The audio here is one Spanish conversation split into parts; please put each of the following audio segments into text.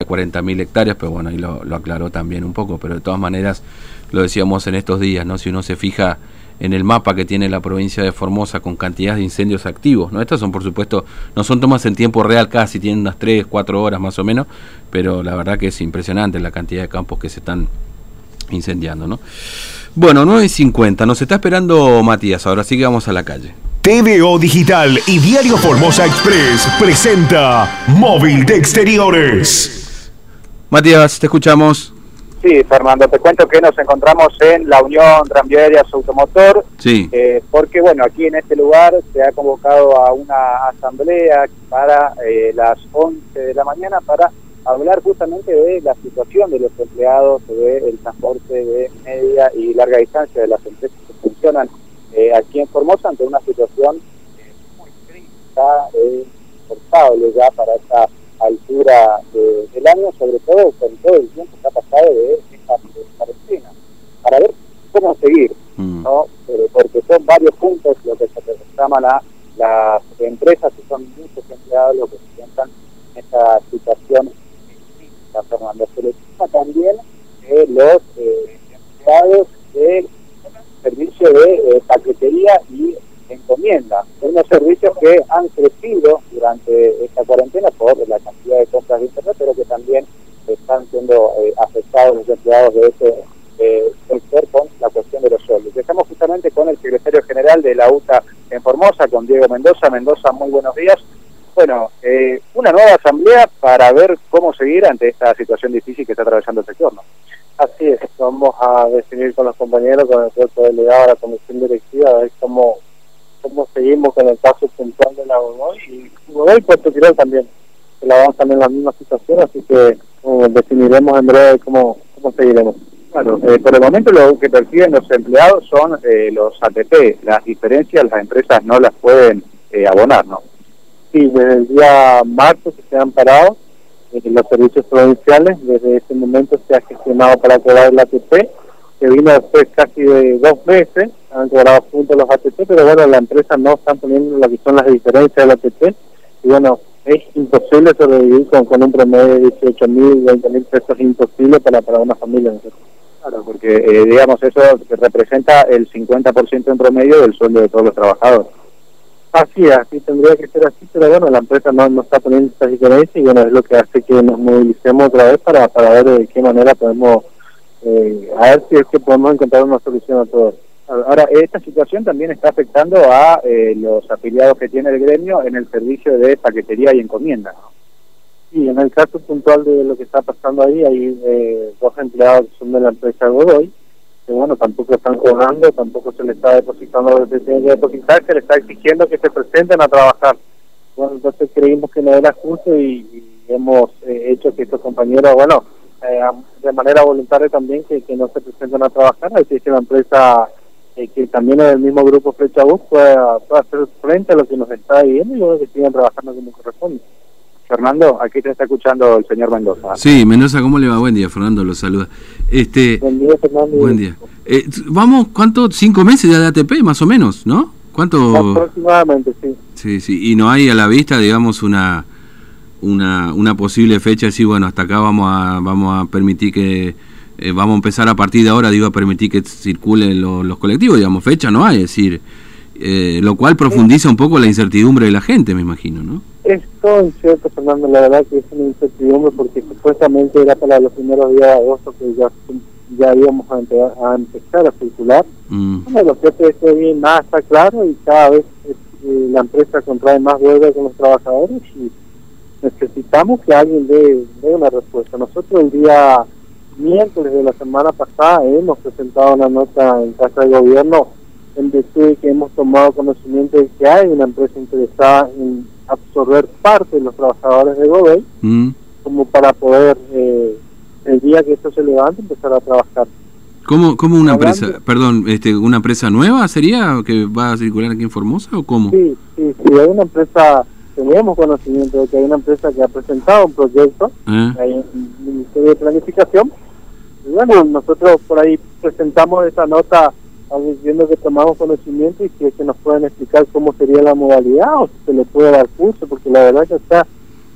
40.000 hectáreas, pero bueno, ahí lo aclaró también un poco, pero de todas maneras, lo decíamos en estos días, ¿no? Si uno se fija en el mapa que tiene la provincia de Formosa con cantidad de incendios activos, ¿no? Estas son, por supuesto, no son tomas en tiempo real casi, tienen unas 3, 4 horas más o menos, pero la verdad que es impresionante la cantidad de campos que se están incendiando, ¿no? Bueno, 9:50, nos está esperando Matías, ahora sí que vamos a la calle. TVO Digital y Diario Formosa Express presenta Móvil de Exteriores. Matías, te escuchamos. Sí, Fernando, te cuento que nos encontramos en la Unión Tranviarias Automotor, Sí. Porque bueno, aquí en este lugar se ha convocado a una asamblea para las 11 de la mañana para hablar justamente de la situación de los empleados del transporte de media y larga distancia de las empresas que funcionan aquí en Formosa ante una situación muy crítica, insoportable ya para esta altura del año, sobre todo con todo el tiempo que ha pasado de esta cuarentena, para ver cómo seguir, ¿no? Porque son varios puntos lo que se llaman a las empresas, que son muchos empleados los que se encuentran en esta situación crítica, Fernando. Se le llama también los empleados del servicio de paquetería y encomienda, unos servicios que han crecido durante esta cuarentena por la cantidad de compras de internet, pero que también están siendo afectados los empleados de ese sector con la cuestión de los sueldos. Estamos justamente con el secretario general de la UTA en Formosa, con Diego Mendoza. Mendoza, muy buenos días. Bueno, una nueva asamblea para ver cómo seguir ante esta situación difícil que está atravesando el sector, ¿no? Así es, vamos a definir con los compañeros, con el cuerpo delegado de la comisión directiva, a ver cómo seguimos con el caso puntual de la Godoy y Godoy Puerto Tirol también, que la vamos también en la misma situación, así que definiremos en breve cómo seguiremos. Bueno, por el momento lo que perciben los empleados son los ATP, las diferencias las empresas no las pueden abonar, ¿no? Sí, desde el día marzo que se han parado los servicios provinciales, desde ese momento se ha gestionado para cobrar el ATP, que vino después casi de 2 meses, han cobrado juntos los ATP, pero bueno, la empresa no están poniendo lo que son las diferencias del ATP, y bueno, es imposible sobrevivir con un promedio de 18.000, 20.000 pesos, imposible para una familia. Claro, porque digamos eso representa el 50% en promedio del sueldo de todos los trabajadores. Así tendría que ser así, pero bueno, la empresa no está poniendo estas diferencias y bueno, es lo que hace que nos movilicemos otra vez para ver de qué manera podemos, a ver si es que podemos encontrar una solución a todo. Ahora, esta situación también está afectando a los afiliados que tiene el gremio en el servicio de paquetería y encomienda, ¿no? Sí, en el caso puntual de lo que está pasando ahí, hay 2 empleados que son de la empresa Godoy, que bueno, tampoco están cobrando, tampoco se les está depositando lo que se tiene que depositar, se les está exigiendo que se presenten a trabajar. Bueno, entonces creímos que no era justo y hemos hecho que estos compañeros, bueno, de manera voluntaria también, que no se presenten a trabajar, así que la empresa, que también es del mismo grupo Flecha Bus, pueda hacer frente a lo que nos está viviendo y bueno, que sigan trabajando como corresponde. Fernando, aquí te está escuchando el señor Mendoza. Sí, Mendoza, ¿cómo le va? Buen día, Fernando, lo saluda. Buen día, Fernando. Buen día. Vamos, ¿cuánto? 5 meses ya de ATP, más o menos, ¿no? ¿Cuánto? Aproximadamente, sí. Sí, y no hay a la vista, digamos, una posible fecha, decir, bueno, hasta acá vamos a permitir que, vamos a empezar a partir de ahora, a permitir que circulen los colectivos, digamos, fecha no hay, es decir, lo cual profundiza un poco la incertidumbre de la gente, me imagino, ¿no? Es todo incierto, Fernando, la verdad que es una incertidumbre porque supuestamente era para los primeros días de agosto que ya íbamos a empezar a circular. Bueno, lo que es que bien nada está claro y cada vez la empresa contrae más deuda con los trabajadores y necesitamos que alguien dé una respuesta. Nosotros el día miércoles de la semana pasada hemos presentado una nota en Casa de Gobierno en virtud de que hemos tomado conocimiento de que hay una empresa interesada en absorber parte de los trabajadores de Godoy como para poder el día que esto se levante empezar a trabajar. ¿Cómo una empresa, perdón, una empresa nueva sería que va a circular aquí en Formosa o cómo? Sí, hay una empresa, teníamos conocimiento de que hay una empresa que ha presentado un proyecto en el Ministerio de Planificación y bueno, nosotros por ahí presentamos esa nota diciendo que tomamos conocimiento y que nos pueden explicar cómo sería la modalidad o si se le puede dar curso, porque la verdad que está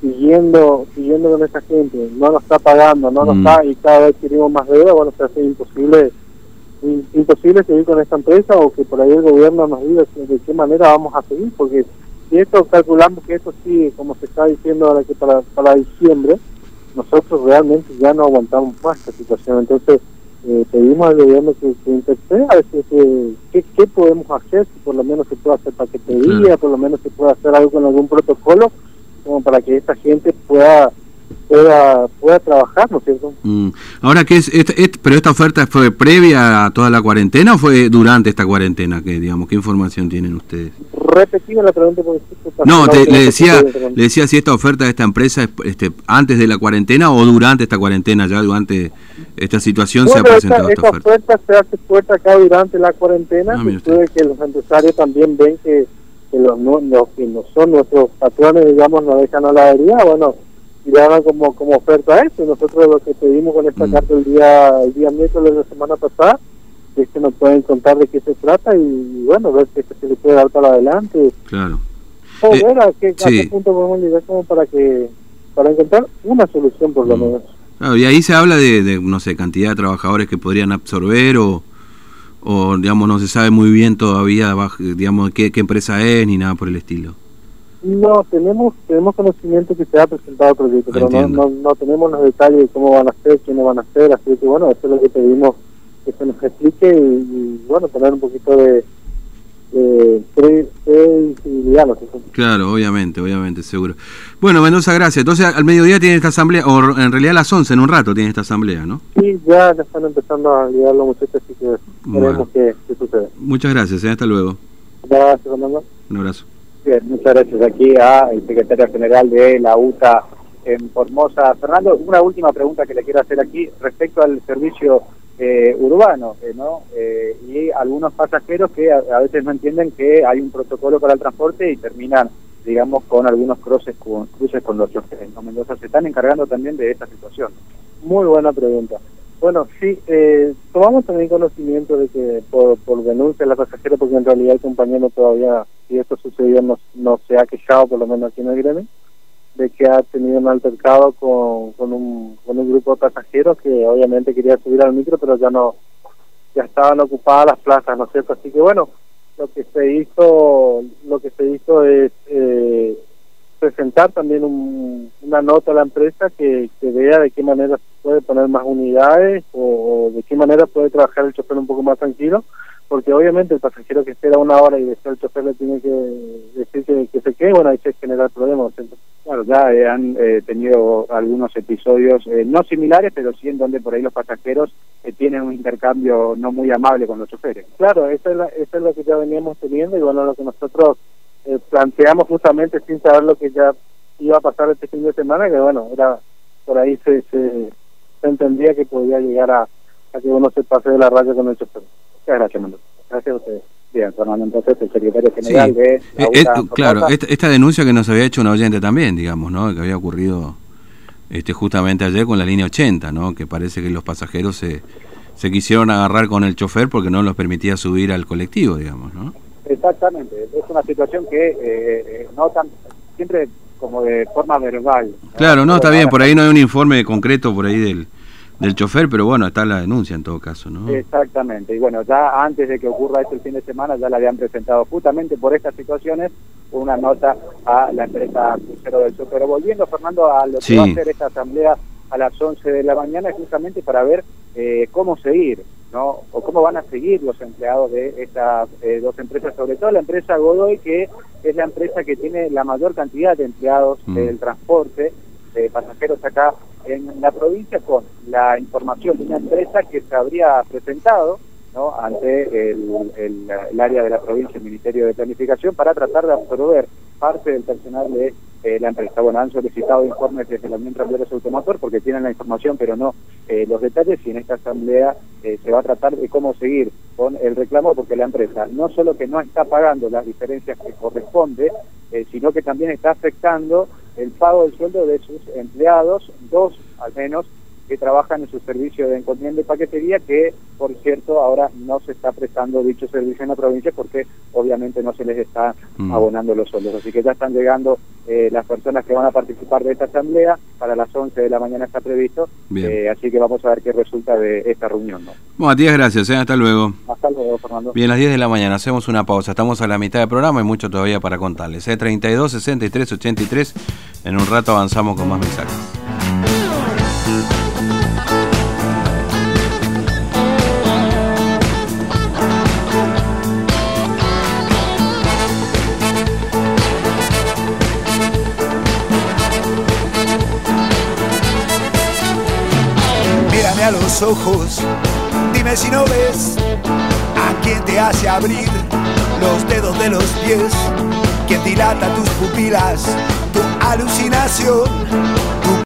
siguiendo con esta gente, no nos está pagando, no nos está, y cada vez tenemos más deuda, bueno, se hace imposible seguir con esta empresa, o que por ahí el gobierno nos diga de qué manera vamos a seguir, porque si esto calculamos que esto sigue, como se está diciendo ahora, que para diciembre, nosotros realmente ya no aguantamos más esta situación. Entonces pedimos al gobierno que interceda, a ver qué podemos hacer, si por lo menos se puede hacer paquetería, por lo menos se puede hacer algo con algún protocolo, como para que esta gente pueda trabajar, ¿no es cierto? Ahora, ¿qué es? ¿Pero esta oferta fue previa a toda la cuarentena o fue durante esta cuarentena? ¿Qué información tienen ustedes? Repetime la pregunta porque... No, le decía si esta oferta de esta empresa es antes de la cuarentena o durante esta cuarentena, ya durante esta situación se ha presentado esta oferta. Esta oferta se hace fuerte acá durante la cuarentena, después de que los empresarios también ven que los que no son nuestros patrones, digamos, nos dejan a la herida, bueno, y le dan como oferta a esto. Nosotros lo que pedimos con esta carta el día miércoles de la semana pasada es que nos pueden contar de qué se trata y bueno, ver qué se le puede dar para adelante. Claro. O ver a qué punto podemos llegar como para encontrar una solución por lo menos. Claro, y ahí se habla de no sé, cantidad de trabajadores que podrían absorber o digamos, no se sabe muy bien todavía, digamos, qué empresa es ni nada por el estilo. No, tenemos conocimiento que se ha presentado el proyecto, pero no tenemos los detalles de cómo van a ser, quiénes van a ser, así que bueno, eso es lo que pedimos, que se nos explique y bueno, tener un poquito de visibilidad, ¿no? Claro, obviamente, seguro. Bueno, Mendoza, gracias. Entonces, al mediodía tiene esta asamblea, o en realidad a las 11, en un rato tiene esta asamblea, ¿no? Sí, ya están empezando a llegar los muchachos, así que veremos qué sucede. Muchas gracias, hasta luego. Gracias, Fernando. Un abrazo. Bien, muchas gracias aquí al secretario general de la UTA en Formosa. Fernando, una última pregunta que le quiero hacer aquí respecto al servicio urbano, ¿no? Y algunos pasajeros que a veces no entienden que hay un protocolo para el transporte y terminan, digamos, con algunos cruces con los choferes, ¿no? Mendoza, se están encargando también de esta situación. Muy buena pregunta. Bueno, sí, tomamos también conocimiento de que por denuncia de la pasajera, porque en realidad el compañero todavía, si esto sucedió, no se ha quejado, por lo menos aquí en el gremio, de que ha tenido un altercado con un grupo de pasajeros que obviamente quería subir al micro, pero ya estaban ocupadas las plazas, ¿no es cierto? Así que bueno, lo que se hizo es presentar también una nota a la empresa que vea de qué manera se puede poner más unidades o de qué manera puede trabajar el chofer un poco más tranquilo, porque obviamente el pasajero que espera una hora y después el chofer le tiene que decir que se quede, bueno, ahí se genera el problema, ¿no? Claro, ya han tenido algunos episodios no similares, pero sí en donde por ahí los pasajeros tienen un intercambio no muy amable con los choferes. Claro, eso es lo que ya veníamos teniendo y bueno, lo que nosotros planteamos justamente sin saber lo que ya iba a pasar este fin de semana, que bueno, era por ahí se entendía que podía llegar a que uno se pase de la raya con el chofer. Muchas gracias, Mando. Gracias a ustedes. Bien, Fernando, entonces el secretario general de la UTA claro, esta denuncia que nos había hecho un oyente también, digamos, ¿no? Que había ocurrido justamente ayer con la línea 80, ¿no? Que parece que los pasajeros se quisieron agarrar con el chofer porque no los permitía subir al colectivo, digamos, ¿no? Exactamente, es una situación que no tan siempre como de forma verbal, ¿no? Claro, no, está bien, por ahí no hay un informe concreto por ahí del chofer, pero bueno, está la denuncia en todo caso, ¿no? Exactamente, y bueno, ya antes de que ocurra esto el fin de semana, ya le habían presentado justamente por estas situaciones una nota a la empresa Crucero del Sur. Pero volviendo, Fernando, a lo que va a hacer esta asamblea a las 11 de la mañana, es justamente para ver cómo seguir, ¿no? O cómo van a seguir los empleados de estas dos empresas, sobre todo la empresa Godoy, que es la empresa que tiene la mayor cantidad de empleados del transporte de pasajeros acá en la provincia, con la información de una empresa que se habría presentado, ¿no?, ante el área de la provincia, el Ministerio de Planificación, para tratar de absorber parte del personal de la empresa. Bueno, han solicitado informes desde la Unión Tranviarios Automotor porque tienen la información, pero no los detalles, y en esta asamblea se va a tratar de cómo seguir con el reclamo, porque la empresa no solo que no está pagando las diferencias que corresponde, sino que también está afectando el pago del sueldo de sus empleados, dos al menos, que trabajan en su servicio de encomienda y paquetería, que por cierto ahora no se está prestando dicho servicio en la provincia porque obviamente no se les está abonando los sueldos. Así que ya están llegando las personas que van a participar de esta asamblea. Para las 11 de la mañana está previsto, así que vamos a ver qué resulta de esta reunión, ¿no? Bueno, Matías, gracias, hasta luego. Hasta luego, Fernando. Bien, las 10 de la mañana, hacemos una pausa, estamos a la mitad del programa y mucho todavía para contarles. 32 63 83, en un rato avanzamos con más mensajes. A los ojos, dime si no ves a quien te hace abrir los dedos de los pies, quien dilata tus pupilas, tu alucinación, tu